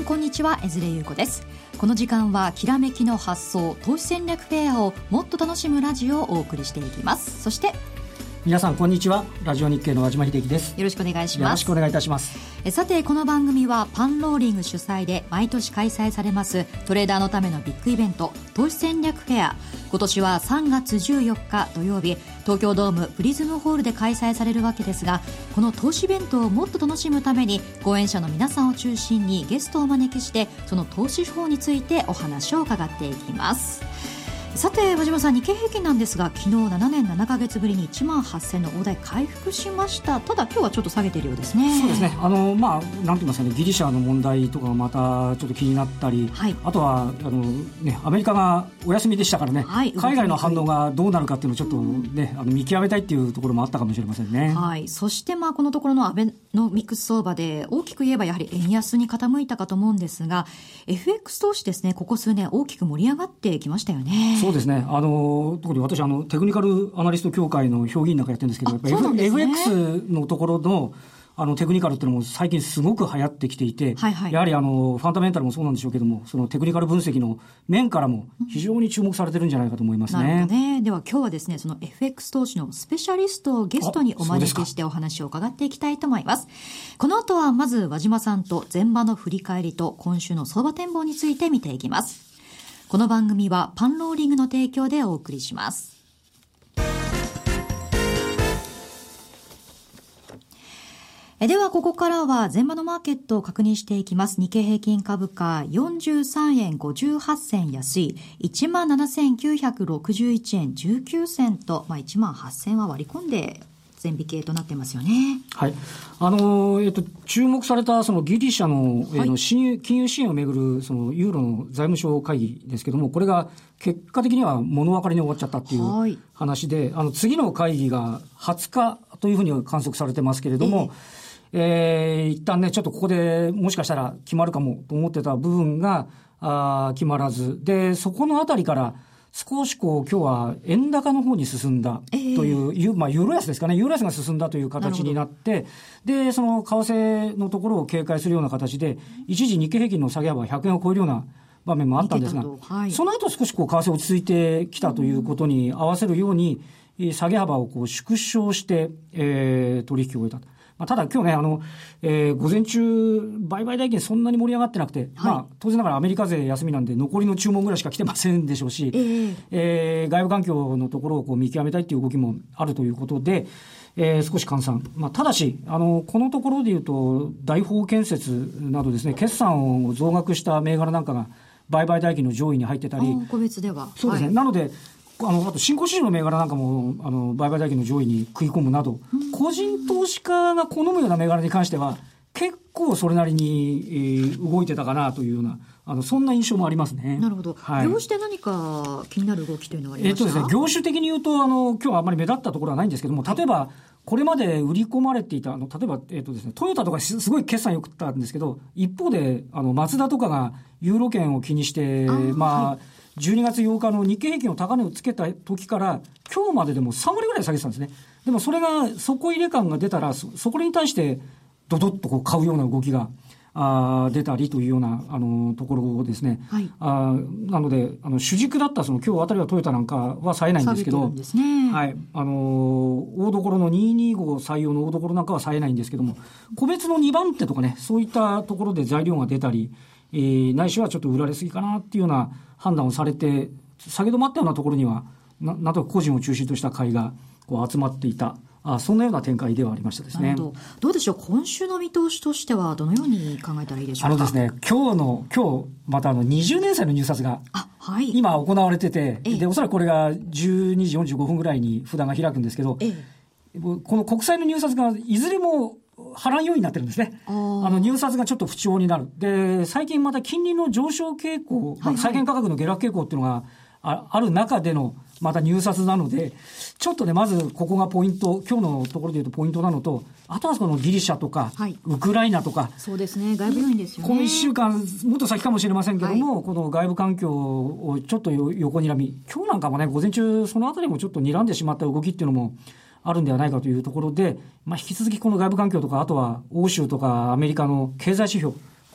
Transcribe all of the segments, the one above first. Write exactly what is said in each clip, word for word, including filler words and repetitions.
こんにちは、江連優子です。この時間はきらめきの発想投資戦略フェアをもっと楽しむラジオをお送りしていきます。そして皆さんこんにちは、ラジオ日経の和島秀樹です。 よろしくお願いします。 よろしくお願いいたします。 えさて、この番組はパンローリング主催で毎年開催されますトレーダーのためのビッグイベント、投資戦略フェア。今年はさんがつじゅうよっか土曜日、東京ドームプリズムホールで開催されるわけですが、この投資イベントをもっと楽しむために講演者の皆さんを中心にゲストをお招きして、その投資手法についてお話を伺っていきます。さて和島さん、日経平均なんですが、昨日ななねんななかげつぶりにいちまんはっせんの大台回復しました。ただ今日はちょっと下げているようですね。 そうですね、あの、まあ、なんて言いますかね、ギリシャの問題とかがまたちょっと気になったり、はい、あとはあの、ね、アメリカがお休みでしたからね、はい、海外の反応がどうなるかっていうのをちょっと、ね、あの見極めたいっていうところもあったかもしれませんね。 はい、そして、まあ、このところのアベノミクス相場で大きく言えばやはり円安に傾いたかと思うんですが、 エフエックス 投資ですね、ここ数年大きく盛り上がってきましたよね。 そうですね、あの特に私あのテクニカルアナリスト協会の評議員なんかやってるんですけど、やっぱり エフエックス のところのあのテクニカルっていうのも最近すごく流行ってきていて、はいはい、やはりあのファンダメンタルもそうなんでしょうけども、そのテクニカル分析の面からも非常に注目されてるんじゃないかと思いますね。 なるほどね。では今日はですね、その エフエックス 投資のスペシャリストをゲストにお招きしてお話を伺っていきたいと思います。この後はまず和島さんと前場の振り返りと今週の相場展望について見ていきます。この番組はパンローリングの提供でお送りします。えではここからは前場のマーケットを確認していきます。日経平均株価よんじゅうさんえんごじゅうはっせん安い いちまんななせんきゅうひゃくろくじゅういちえんじゅうきゅうせんと、まあ、いちまんはっせんは割り込んで全引けとなってますよね。 はい、あのえっと注目されたそのギリシャの、はい、えー、の金融金融支援をめぐるそのユーロの財務省会議ですけども、これが結果的には物分かりに終わっちゃったっていう話で、はい、あの次の会議がはつかというふうに観測されてますけれども、えーえー、一旦ねちょっとここでもしかしたら決まるかもと思ってた部分があ決まらずで、そこのあたりから少しこう今日は円高の方に進んだという、えーまあ、ユーロ安ですかね、ユーロ安が進んだという形になって、でその為替のところを警戒するような形で一時日経平均の下げ幅はひゃくえんを超えるような場面もあったんですが、はい、その後少しこう為替落ち着いてきたということに合わせるように、うん、下げ幅をこう縮小して、えー、取引を終えたと。まあ、ただ今日ね、あの、えー、午前中、売買代金そんなに盛り上がってなくて、はい、まあ、当然ながらアメリカ勢休みなんで残りの注文ぐらいしか来てませんでしょうし、えーえー、外部環境のところをこう見極めたいという動きもあるということで、えー、少し換算。まあ、ただし、あの、このところで言うと、大宝建設などですね、決算を増額した銘柄なんかが売買代金の上位に入ってたり、 個別では。 そうですね。はい、なので、あの、あと新興市場の銘柄なんかも、あの、売買代金の上位に食い込むなど、うん、個人投資家が好むような銘柄に関しては、結構それなりに、えー、動いてたかなというような、あの、そんな印象もありますね。 なるほど。はい、業種で何か気になる動きというのはありました？ えっとですね、業種的に言うと、あの、今日はあまり目立ったところはないんですけども、例えば、これまで売り込まれていた、あの、例えば、えっとですね、トヨタとかすごい決算良かったんですけど、一方で、あの、マツダとかがユーロ圏を気にして、あまあ、はい、じゅうにがつようかの日経平均の高値をつけた時から今日まででもさんわりぐらい下げてたんですね。でもそれが底入れ感が出たら そ, そこに対してドドッとこう買うような動きがあ出たりというようなあのところですね。はい、あなのであの主軸だったその今日あたりはトヨタなんかは冴えないんですけど、 ですね、 はい、あの大所のにひゃくにじゅうご採用の大所なんかは冴えないんですけども、個別のにばん手とかね、そういったところで材料が出たり、えー、ないしはちょっと売られすぎかなっていうような判断をされて、下げ止まったようなところには な, なんとか個人を中心とした買いがこう集まっていた、あそんなような展開ではありましたですね。 なるほど。どうでしょう、今週の見通しとしてはどのように考えたらいいでしょうか。 あのですね、今日の今日またあのにじゅうねん債の入札が今行われてて、はい、でおそらくこれがじゅうにじよんじゅうごふんぐらいに札が開くんですけど、ええ、この国債の入札がいずれも波乱要因になってるんですね。あの入札がちょっと不調になる。で、最近また金利の上昇傾向、はいはい、債券価格の下落傾向っていうのが あ, ある中でのまた入札なので、ちょっとね、まずここがポイント、今日のところでいうとポイントなのと、あとはこのギリシャとか、はい、ウクライナとか、 そうですね、外部要因ですよね。 このいっしゅうかん、もっと先かもしれませんけども、はい、この外部環境をちょっと横にらみ、今日なんかもね、午前中、そのあたりもちょっと睨んでしまった動きっていうのもあるんではないかというところで、まあ、引き続きこの外部環境とか、あとは欧州とかアメリカの経済指標、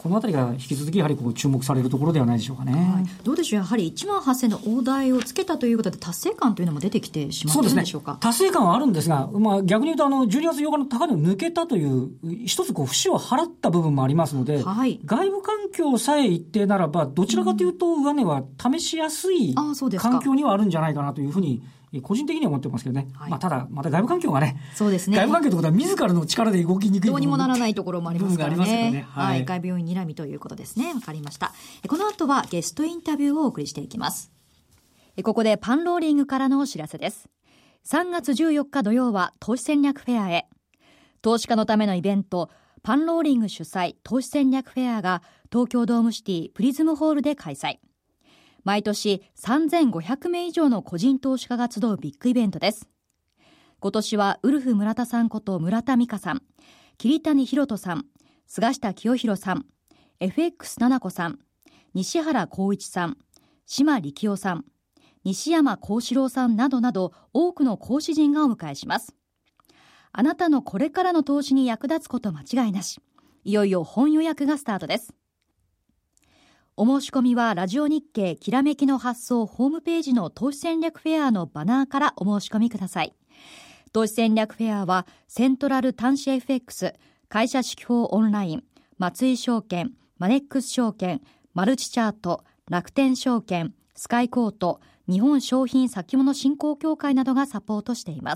このあたりが引き続きやはりこう注目されるところではないでしょうかね。 はい、どうでしょう、やはりいちまんはっせんの大台をつけたということで達成感というのも出てきてしまっているんでしょうか。 そうですね、達成感はあるんですが、まあ、逆に言うとあのじゅうにがつようかの高値を抜けたという一つこう節を払った部分もありますので、はい、外部環境さえ一定ならばどちらかというと上値は試しやすい環境にはあるんじゃないかなというふうに個人的には思ってますけどね、はい、まあ、ただまた外部環境がね、 そうですね、 外部環境ということは自らの力で動きにくいどうにもならないところもありますから ね, からね、 はいはい、外部要因睨みということですね。わかりました。この後はゲストインタビューをお送りしていきます。ここでパンローリングからのお知らせです。さんがつじゅうよっか土曜は投資戦略フェアへ。投資家のためのイベント、パンローリング主催投資戦略フェアが東京ドームシティプリズムホールで開催。毎年さんぜんごひゃくめい以上の個人投資家が集うビッグイベントです。今年はウルフ村田さんこと村田美香さん、桐谷博人さん、菅下清弘さん、エフエックス 七子さん、西原光一さん、島力夫さん、西山幸四郎さんなどなど多くの講師陣がお迎えします。あなたのこれからの投資に役立つこと間違いなし。いよいよ本予約がスタートです。お申し込みはラジオ日経きらめきの発想ホームページの投資戦略フェアのバナーからお申し込みください。投資戦略フェアはセントラル端子 エフエックス、会社指標オンライン、松井証券、マネックス証券、マルチチャート、楽天証券、スカイコート、日本商品先物振興協会などがサポートしています。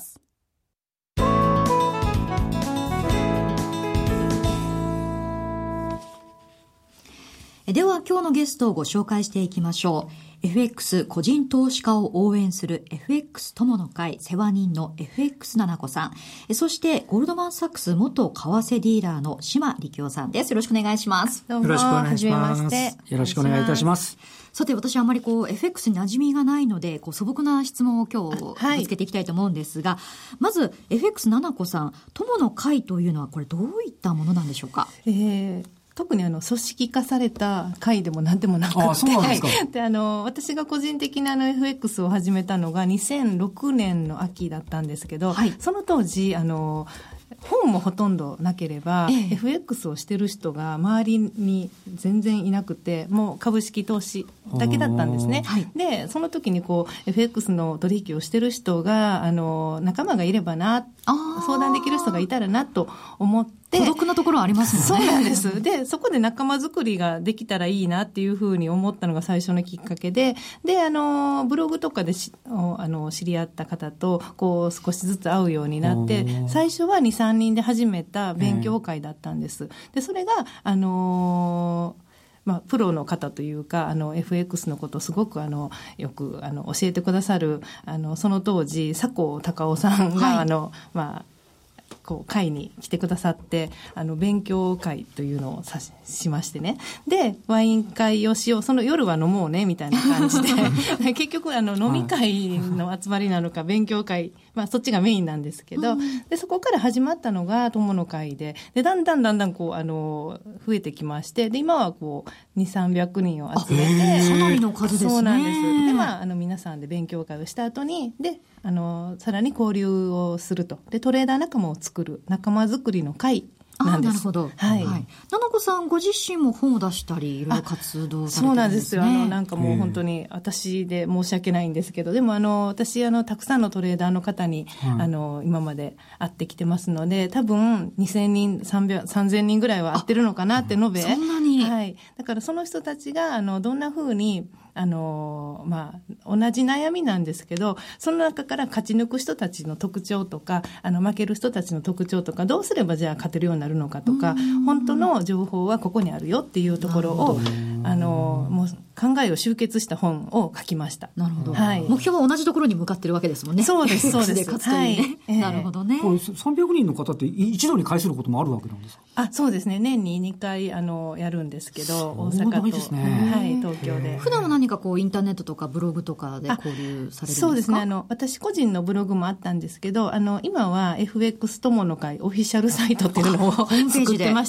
では今日のゲストをご紹介していきましょう。エフエックス 個人投資家を応援する エフエックス 友の会世話人の エフエックス 七子さん、そしてゴールドマンサックス元為替ディーラーの島力夫さんです。よろしくお願いします。 どうもよろしくお願いします。よろしくお願いいたします。 さて、私あまりこう エフエックス に馴染みがないのでこう素朴な質問を今日ぶつけていきたいと思うんですが、はい、まず エフエックス 七子さん、友の会というのはこれどういったものなんでしょうか。 えー特にあの組織化された会でも何でもなくて、 ああ、そうなんですか。 で、あの私が個人的なあの エフエックス を始めたのがにせんろくねんの秋だったんですけど、はい、その当時あの本もほとんどなければ、ええ、エフエックス をしてる人が周りに全然いなくて、もう株式投資だけだったんですね。はい、でその時にこう エフエックス の取引をしてる人があの仲間がいればな、相談できる人がいたらなと思って、 孤独なところありますもんね。 そうなんです。でそこで仲間作りができたらいいなっていうふうに思ったのが最初のきっかけで、であのブログとかでしあの知り合った方とこう少しずつ会うようになって、最初はにさんにんで始めた勉強会だったんです。でそれがあのーまあ、プロの方というかあの エフエックス のことをすごくあのよくあの教えてくださるあのその当時佐藤孝夫さんが、はい、あのまあこう会に来てくださってあの勉強会というのをさ し, しましてね、でワイン会をしよう、その夜は飲もうねみたいな感じで結局あの飲み会の集まりなのか勉強会、まあ、そっちがメインなんですけど、うん、でそこから始まったのが友の会 で, でだんだんだんだんこうあの増えてきまして、で今はこうにせんさんびゃくにんを集めて、 かなりの数ですね。 そうなんです。で、まあ、あの皆さんで勉強会をした後にであのさらに交流をすると、でトレーダー仲間を作る仲間作りの会なんです。 あ、なるほど。はい。はい、七子さんご自身も本を出したりいろいろ活動されてるんですね。 そうなんですよ。あのなんかもう本当に私で申し訳ないんですけど、でもあの私あのたくさんのトレーダーの方に、うん、あの今まで会ってきてますので、多分にせんにんさんびゃく さんぜんにんぐらいは会ってるのかなって延べ。 そんなに。 はい。だからその人たちがあのどんな風にあのまあ、同じ悩みなんですけど、その中から勝ち抜く人たちの特徴とかあの負ける人たちの特徴とか、どうすればじゃあ勝てるようになるのかとか、本当の情報はここにあるよっていうところをあのもう考えを集結した本を書きました。 なるほど、 はい、 目標は同じところに向かってるわけですもんね。 そうですそうです。 勝つというね、はいえー、なるほどね。 これさんびゃくにんの方って一度に会することもあるわけなんですか。 あ、そうですね。年ににかいあのやるんですけど、大阪と、 ね、 はい、東京で。 普段は何かこうインターネットとかブログとかで交流されるんですか。 そうですね。あの私個人のブログもあったんですけど、あの今は エフエックス 友の会オフィシャルサイトっていうのを作ってまして、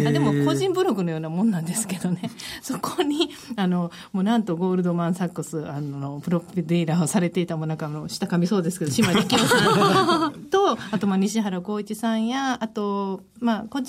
あでも個人ブログのようなもんなんですけどね。そこにあのもうなんとゴールドマンサックスあのプロディーラーをされていたもなんかの下噛みそうですけど、島力夫さんとあとまあ西原光一さんやあとまあ個人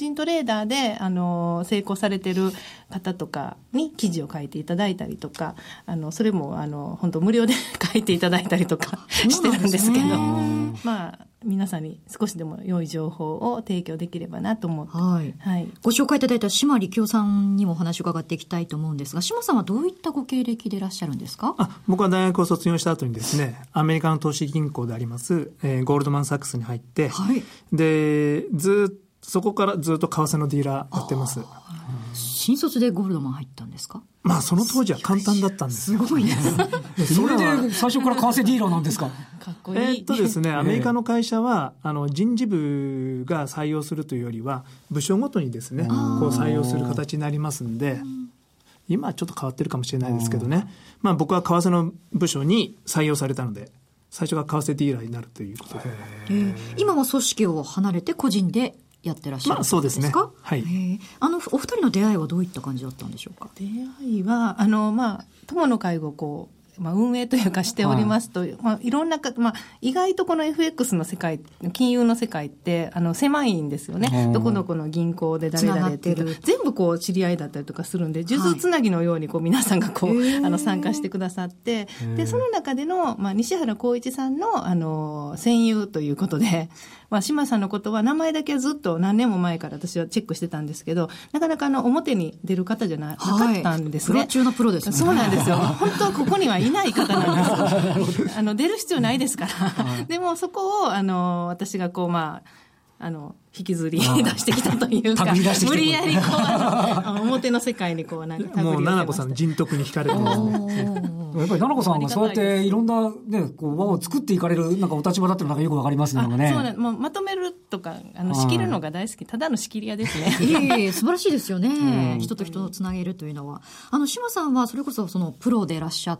人トレーダーで、あの、成功されてる方とかに記事を書いていただいたりとか、あの、それも、あの、本当無料で書いていただいたりとかしてるんですけど、まあ、皆さんに少しでも良い情報を提供できればなと思って、 はいはい、ご紹介いただいた島力夫さんにもお話を伺っていきたいと思うんですが、島さんはどういったご経歴でいらっしゃるんですか？ あ、僕は大学を卒業した後にですね、アメリカの投資銀行であります、えー、ゴールドマンサックスに入って、はい、でずそこからずっと為替のディーラーやってます。 新卒でゴールドマン入ったんですか？ まあその当時は簡単だったんですよ。 すごいですそれで最初から為替ディーラーなんですか？ かっこいい。 えーっとですね、アメリカの会社はあの人事部が採用するというよりは部署ごとにですね、こう採用する形になりますんで、今はちょっと変わってるかもしれないですけどね、まあ、僕は為替の部署に採用されたので最初が為替ディーラーになるということで、 えー、今は組織を離れて個人でやってらっしゃるんですか？まあ、そうですね。はい。あのお二人の出会いはどういった感じだったんでしょうか？ 出会いはあのまあ友の会をこう。まあ、運営というかしておりますと、はい、まあ、いろんなか、まあ、意外とこの エフエックス の世界、金融の世界ってあの狭いんですよね。どこどこの銀行で誰々っていう全部こう知り合いだったりとかするんで、数珠つなぎのようにこう皆さんがこう、はい、あの参加してくださって、でその中での、まあ、西原光一さんの、あの戦友ということで、まあ、島さんのことは名前だけはずっと何年も前から私はチェックしてたんですけど、なかなかあの表に出る方じゃ な, なかったんですね。 プロ中のプロですね。 そうなんですよ。本当はここにはいない方なんですよ。あの出る必要ないですから。はい、でもそこをあの私がこうまああの引きずり出してきたというか、無理やりこうあの表の世界にこうなんかもう七子さんの人徳に惹かれてますね。 やっぱり七子さんがそうやっていろんなねこう輪を作っていかれるなんかお立場だっていうのがよくわかりますね。そうなん、もうまとめるとかあの仕切るのが大好き、ただの仕切り屋ですね。 いえいえ素晴らしいですよね。人と人をつなげるというのは、あの島さんはそれこそそのプロでいらっしゃって、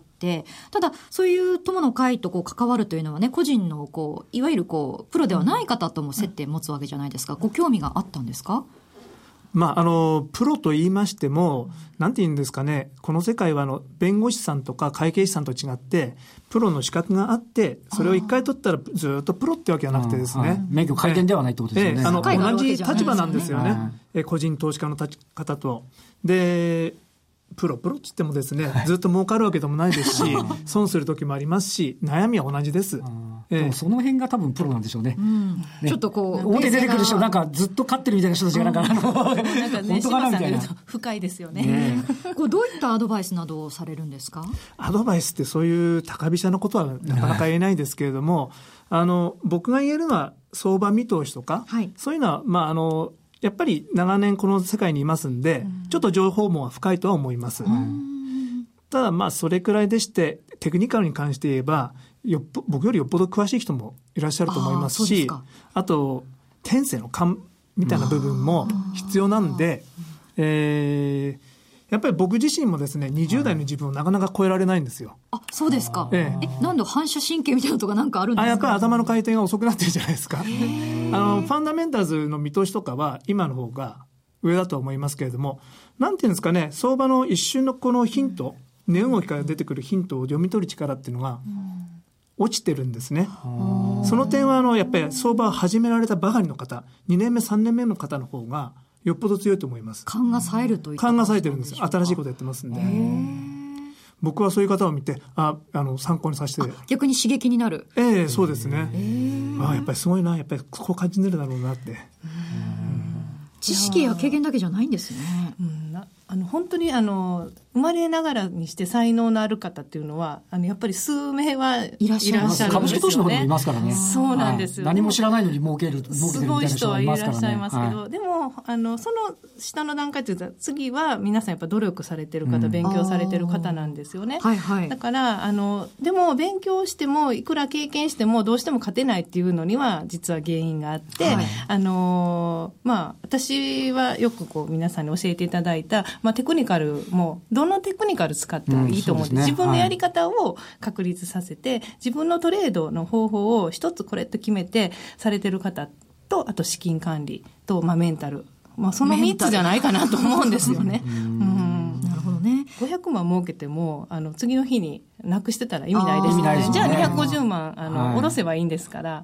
ただそういう友の会とこう関わるというのはね、個人のこういわゆるこうプロではない方とも接点持つわけじゃないですか。ご興味があったんですか？ まあ、あのプロと言いましても、なんて言うんですかね、この世界はあの弁護士さんとか会計士さんと違ってプロの資格があって、それを一回取ったらずっとプロってわけじゃなくてですね、はい、 免許改善ではないってことですよね。 ええ、あの同じ立場なんですよね、え個人投資家の立ち方と。でプロプロって言ってもですね、ずっと儲かるわけでもないですし損する時もありますし、悩みは同じです。 ええ、でもその辺が多分プロなんでしょうね。うん、ね、 ちょっとこう表出てくる人なんかずっと勝ってるみたいな人たちがなんか、うん、あのなんかね、本当かなみたいな。深いですよね。ねこうどういったアドバイスなどをされるんですか？ アドバイスってそういう高飛車のことはなかなか言えないですけれども、あの僕が言えるのは相場見通しとか、はい、そういうのはまああのやっぱり長年この世界にいますんで、うん、ちょっと情報網は深いとは思います。うん、ただまあそれくらいでして、テクニカルに関して言えばよっぽ僕よりよっぽど詳しい人もいらっしゃると思いますし、 あ, あと天性の勘みたいな部分も必要なんで、えーやっぱり僕自身もですね、にじゅう代の自分をなかなか超えられないんですよ。 あ、そうですか。ええ、えなんで反射神経みたいなのとかなんかあるんですか？あ、 やっぱり頭の回転が遅くなってるじゃないですか。あのファンダメンタルズの見通しとかは今の方が上だと思いますけれども、なんていうんですかね、相場の一瞬のこのヒント、値動きから出てくるヒントを読み取る力っていうのが落ちてるんですね。その点はあのやっぱり相場を始められたばかりの方、にねんめさんねんめの方の方がよっぽど強いと思います。 勘が冴えるといった勘が冴えてるんです。新しいことやってますんで。僕はそういう方を見て、あ、あの参考にさせて。 逆に刺激になる。 ええ、そうですね。あ、やっぱりすごいな、やっぱりこう感じてるだろうなって。 知識や経験だけじゃないんですね。 うん、あの本当にあの生まれながらにして才能のある方っていうのはあのやっぱり数名はいらっしゃるんですよね。 株式投資の方にもいますからね。 そうなんですよ、 はい、何も知らないのに儲ける儲けてるみたいな人はいますからね。すごい人はいらっしゃいますけど、はい、でもあのその下の段階というと次は皆さんやっぱ努力されてる方、うん、勉強されてる方なんですよね。はいはい、だからあのでも勉強してもいくら経験してもどうしても勝てないっていうのには実は原因があって、はい、あのまあ私はよくこう皆さんに教えていただいた、まあ、テクニカルもどのテクニカル使ってもいいと思うんで、うん、自分のやり方を確立させて、はい、自分のトレードの方法を一つこれと決めてされてる方と、あと資金管理と、まあ、メンタル、まあ、そのみっつじゃないかなと思うんですよね。うん、 なるほどね。 ごひゃくまん儲けてもあの次の日になくしてたら意味ないですよね。じゃあにひゃくごじゅうまんあの、はい、下ろせばいいんですから。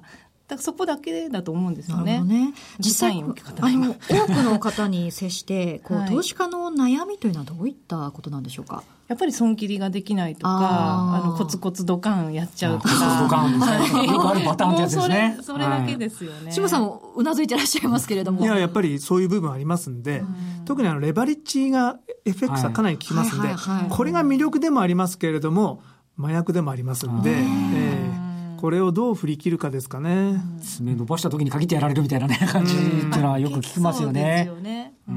だからそこだけだと思うんですよね。 ね、実際あの多くの方に接してこう、はい、投資家の悩みというのはどういったことなんでしょうか。 やっぱり損切りができないとか、ああのコツコツドカンやっちゃうとか、 コツコツドカンですね、よくあるパターンってやつですね。 もうそれ、それだけですよね。 下、はい、さんもうなずいてらっしゃいますけれども、 いややっぱりそういう部分ありますんで、特にあのレバレッジが エフエックス はかなり効きますんで、これが魅力でもありますけれども麻薬でもありますんで、えー、これをどう振り切るかですかね。 爪伸ばした時に限ってやられるみたいな、ね、感じっていうのはよく聞きますよね。 そうですよね。うん、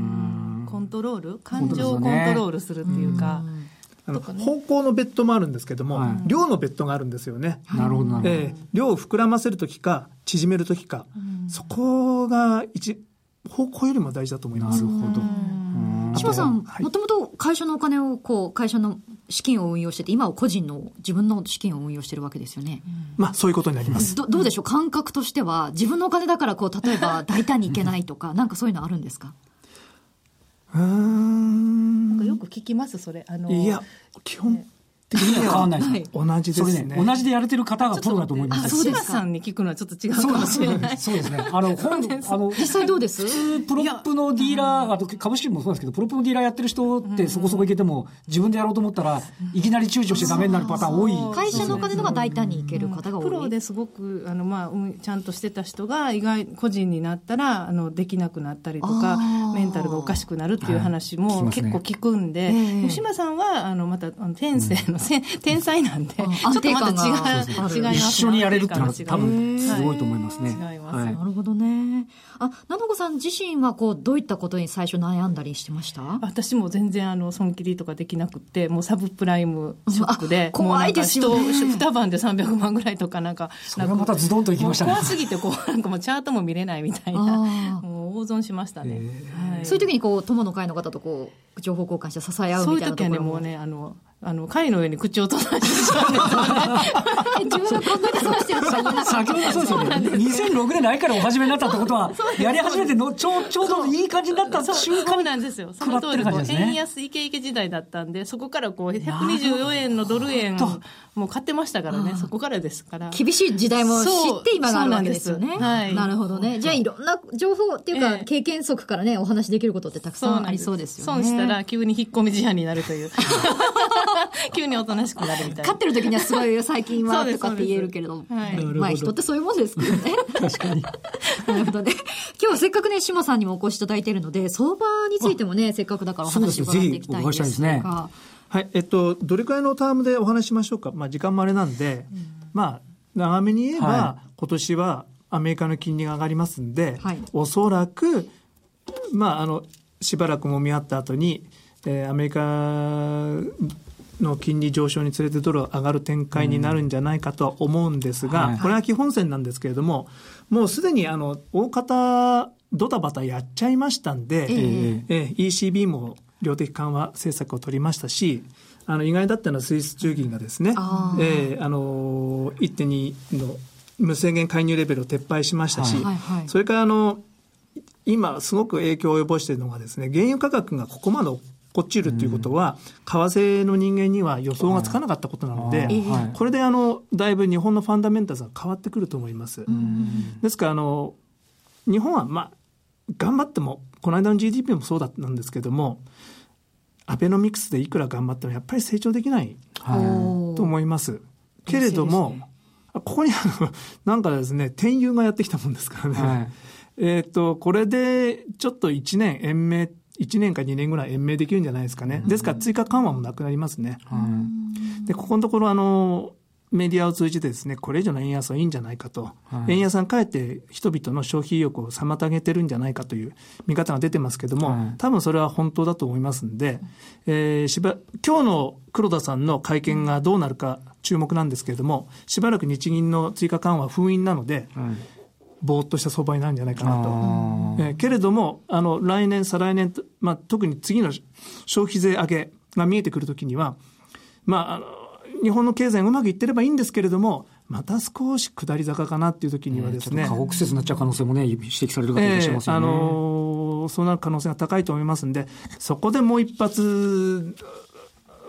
コントロール、感情をコントロールするっていうか、 あの方向のベッドもあるんですけども、はい、量のベッドがあるんですよね。 なるほどなるほど、 えー、量を膨らませるときか縮めるときか、そこが一方向よりも大事だと思います。 なるほど。 島さん、もともと会社のお金をこう会社の資金を運用してて、今は個人の自分の資金を運用してるわけですよね。 まあそういうことになります。 ど, どうでしょう、感覚としては自分のお金だからこう例えば大胆にいけないとかなんかそういうのあるんですか。 うーん、 なんかよく聞きますそれ。あのいや基本的には変わらない、はい、同じですね。 ね、同じでやれてる方がプロだと思います。 そうですか。島さんに聞くのはちょっと違うかもしれない。 そうですね。あの本あの実際どうです？ プロップのディーラー、あと株式もそうですけど、プロップのディーラーやってる人ってそこそこいけても、自分でやろうと思ったらいきなり躊躇してダメになるパターン多い。 会社のお金の方が大胆にいける方が多い。 プロですごくあのまあちゃんとしてた人が意外個人になったらあのできなくなったりとか、メンタルがおかしくなるっていう話も結構聞くんで、吉間さんはあのまた天性の天才なんで、ちょっとまた違う、違います。 一緒にやれるってのは多分すごいと思いますね。 違います。 はい、なるほどね。あ、菜々子さん自身はこうどういったことに最初悩んだりしてました？ 私も全然あの損切りとかできなくて、もうサブプライムショックで、 怖いですよね。 もうなんか人二晩でさんびゃくまんぐらいとかなんか、 それがまたズドンといきましたね。 怖すぎてこうなんかもうチャートも見れないみたいな、もう大損しましたね。 はい、そういう時にこう友の会の方とこう情報交換して支え合うみたいなところも。そういう時はねもうねあの。あの貝の上に口を閉ざしてしまうんですよね。 自分の考えでそうしてるとか言いな先ほどそうですよね。にせんろくねん代からお始めになったってことは、やり始めてのちょうちょうどいい感じになった瞬間そうなんですよ。その通りこう円安イケイケ時代だったんで、そこからこうひゃくにじゅうよんえんのドル円もう買ってましたからね。そこからですから。 厳しい時代も知って今があるわけですよね。 はい。 なるほどね。じゃあいろんな情報っていうか、えー、経験則からねお話できることってたくさんありそうですよね。 損したら急に引っ込み思案になるという。急におとなしくなるみたいな。 勝ってる時にはすごい最近はとかって言えるけれども、はい、まあ人ってそういうもんですけどね。 確かに。 なるほどね。今日はせっかくね下さんにもお越しいただいているので、相場についてもねせっかくだからお話を伺っていきたいんですが。 ですね。 はい、えっとどれくらいのタームでお話しましょうか。まあ時間もあれなんで、うん、まあ長めに言えば、はい、今年はアメリカの金利が上がりますんで、はい、おそらくまああのしばらくもみ合った後に、えー、アメリカの金利上昇につれてドルが上がる展開になるんじゃないかとは思うんですが、うんはい、これは基本線なんですけれども、もうすでにあの大方ドタバタやっちゃいましたんで、えーえー、イーシービー も量的緩和政策を取りましたし、あの意外だったのはスイス中銀がですね、あ、えー、あの いってんに の無制限介入レベルを撤廃しましたし、はいはい、それからあの今すごく影響を及ぼしているのがですね、原油価格がここまで落ちるということは、為替の人間には予想がつかなかったことなので、これであのだいぶ日本のファンダメンタルが変わってくると思います。ですからあの日本はまあ頑張っても、この間の ジーディーピー もそうだったんですけども、アベノミクスでいくら頑張ってもやっぱり成長できないと思います。けれども、ここにあのなんかですね、転輸がやってきたもんですからね、はい、えっとこれでちょっといちねん延命いちねんかにねんぐらい延命できるんじゃないですかね。ですから追加緩和もなくなりますね。うん、でここのところあのメディアを通じてですね、これ以上の円安はいいんじゃないかと、はい、円安がかえって人々の消費意欲を妨げてるんじゃないかという見方が出てますけども、はい、多分それは本当だと思いますんで、えー、しば今日の黒田さんの会見がどうなるか注目なんですけれども、しばらく日銀の追加緩和は封印なので、はい、ぼーっとした相場になるんじゃないかなと、えー、けれどもあの来年再来年、まあ、特に次の消費税上げが見えてくるときには、まああの日本の経済がうまくいってればいいんですけれども、また少し下り坂かなっていう時にはですね、 過酷説になっちゃう可能性もね、指摘される方いらっしゃいますよね。えー、あのー、そうなる可能性が高いと思いますんで、そこでもう一発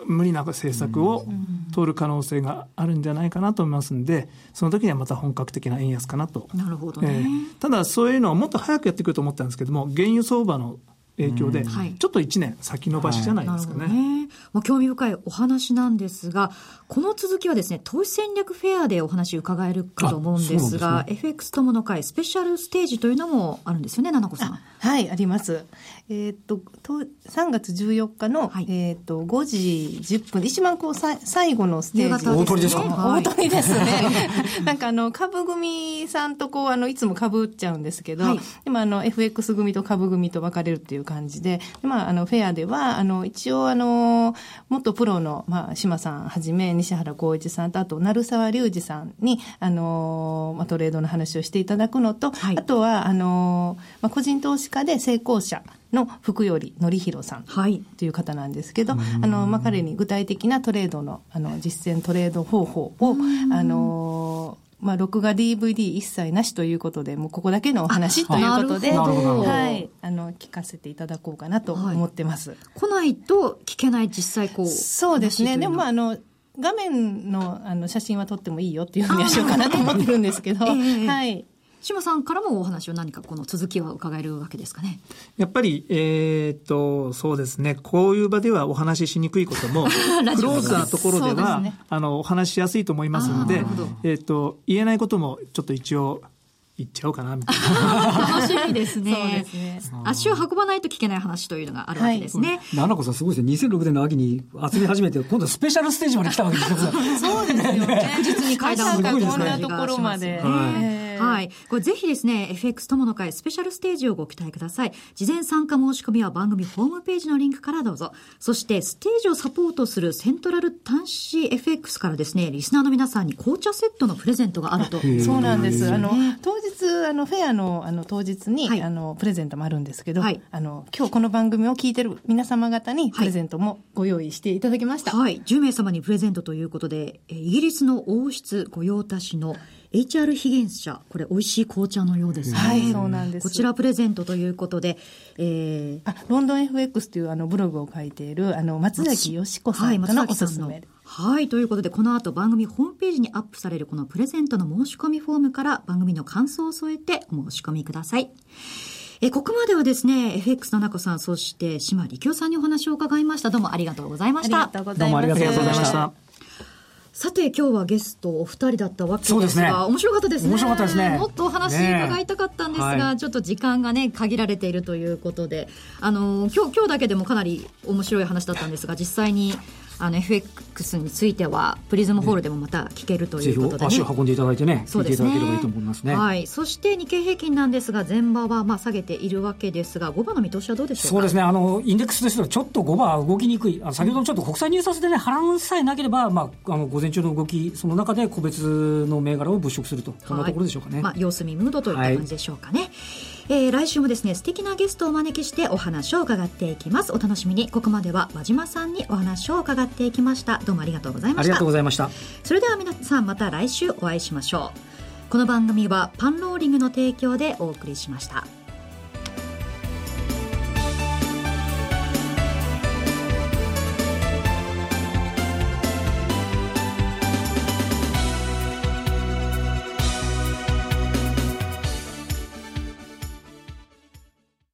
無理な政策を取る可能性があるんじゃないかなと思いますので、その時にはまた本格的な円安かなと。 なるほどね。 えー、ただそういうのをもっと早くやってくると思ったんですけども、原油相場の影響でちょっといちねん先延ばしじゃないですかね。はい、ね、 まあ、興味深いお話なんですが、この続きはですね、投資戦略フェアでお話伺えるかと思うんですが、ですね、エフエックス 友の会スペシャルステージというのもあるんですよね、七子さん。 はい、あります。えー、っとさんがつじゅうよっかの、はい、えー、っとごじじゅっぷん、一番こうさ最後のステージ、 大鳥ですか？ 大鳥ですね。なんかあの株組さんとこうあのいつも株打っちゃうんですけど、はい、でもあの エフエックス 組と株組と分かれるっていう感じで、で、まあ、あのフェアではあの一応あの元プロの、まあ、島さんはじめ西原浩一さんとあと鳴沢隆二さんにあの、まあ、トレードの話をしていただくのと、はい、あとはあの、まあ、個人投資家で成功者の福頼則弘さんという方なんですけど、はい、あのまあ、彼に具体的なトレードの、あの実践トレード方法をあのまあ、録画 ディーブイディー 一切なしということで、もうここだけのお話ということで、はい、あの聞かせていただこうかなと思ってます。はい、 来ないと聞けない実際こう。 そうですね。でもまああの画面 の, あの写真は撮ってもいいよっていうふうにはしようかなと思ってるんですけど、えー、はい。 島さんからもお話を何かこの続きは伺えるわけですかね。 やっぱり、えー、っとそうですね、こういう場ではお話ししにくいこともクローズなところでは、ね、あのお話ししやすいと思いますので、えー、っと言えないこともちょっと一応言っちゃおうかなみたいな。 楽しみですね。そうですね。足を運ばないと聞けない話というのがあるわけですね。はい、 七子さんすごいですね。にせんろくねんの秋に集め始めて、今度スペシャルステージまで来たわけですよ。 そうですよね。 確実に階段を上がこんなところまで。 はい。これぜひですね、エフエックス 友の会スペシャルステージをご期待ください。事前参加申し込みは番組ホームページのリンクからどうぞ。そしてステージをサポートするセントラル端子 エフエックス からですね、リスナーの皆さんに紅茶セットのプレゼントがあると。 そうなんです。あの、当日、あの、フェアの、あの、当日に、はい、あの、プレゼントもあるんですけど、はい、あの、今日この番組を聞いてる皆様方にプレゼントもご用意していただきました。 はい。はい、じゅうめいさまにプレゼントということで、イギリスの王室御用達のエイチアール ヒゲンス社、これ美味しい紅茶のようですね。 はい、そうなんです。 こちらプレゼントということで、えー、 あロンドン エフエックス というあのブログを書いているあの松崎よし子さんのおすすめ。 はい、ということでこの後番組ホームページにアップされるこのプレゼントの申し込みフォームから番組の感想を添えてお申し込みください。えここまではですね エフエックス の七子さん、そして島力夫さんにお話を伺いました。どうもありがとうございました。 ありがとうございます。 どうもありがとうございました。 さて今日はゲストお二人だったわけですが、そうですね、面白かったですね。 面白かったですね。 もっとお話伺いたかったんですが、ね、はい、ちょっと時間がね限られているということで、あの今日今日だけでもかなり面白い話だったんですが、実際にあの エフエックス についてはプリズムホールでもまた聞けるということで、ね、 ぜひ足を運んでいただいてね、聞いていただければいいと思いますね。 はい、そして日経平均なんですが前場はまあ下げているわけですが、ごばの見通しはどうでしょうか。 そうですね、あのインデックスとしてはちょっとごばは動きにくい。あの先ほどのちょっと国際ニュース朝でね波乱さえなければ、まあ、あの午前中の動き、その中で個別の銘柄を物色すると、そんなところでしょうかね。 はい、まあ、様子見ムードといった感じでしょうかね。はい、えー、来週もですね素敵なゲストをお招きしてお話を伺っていきます。お楽しみに。ここまでは和島さんにお話を伺っていきました。どうもありがとうございました。 ありがとうございました。 それでは皆さんまた来週お会いしましょう。この番組はパンローリングの提供でお送りしました。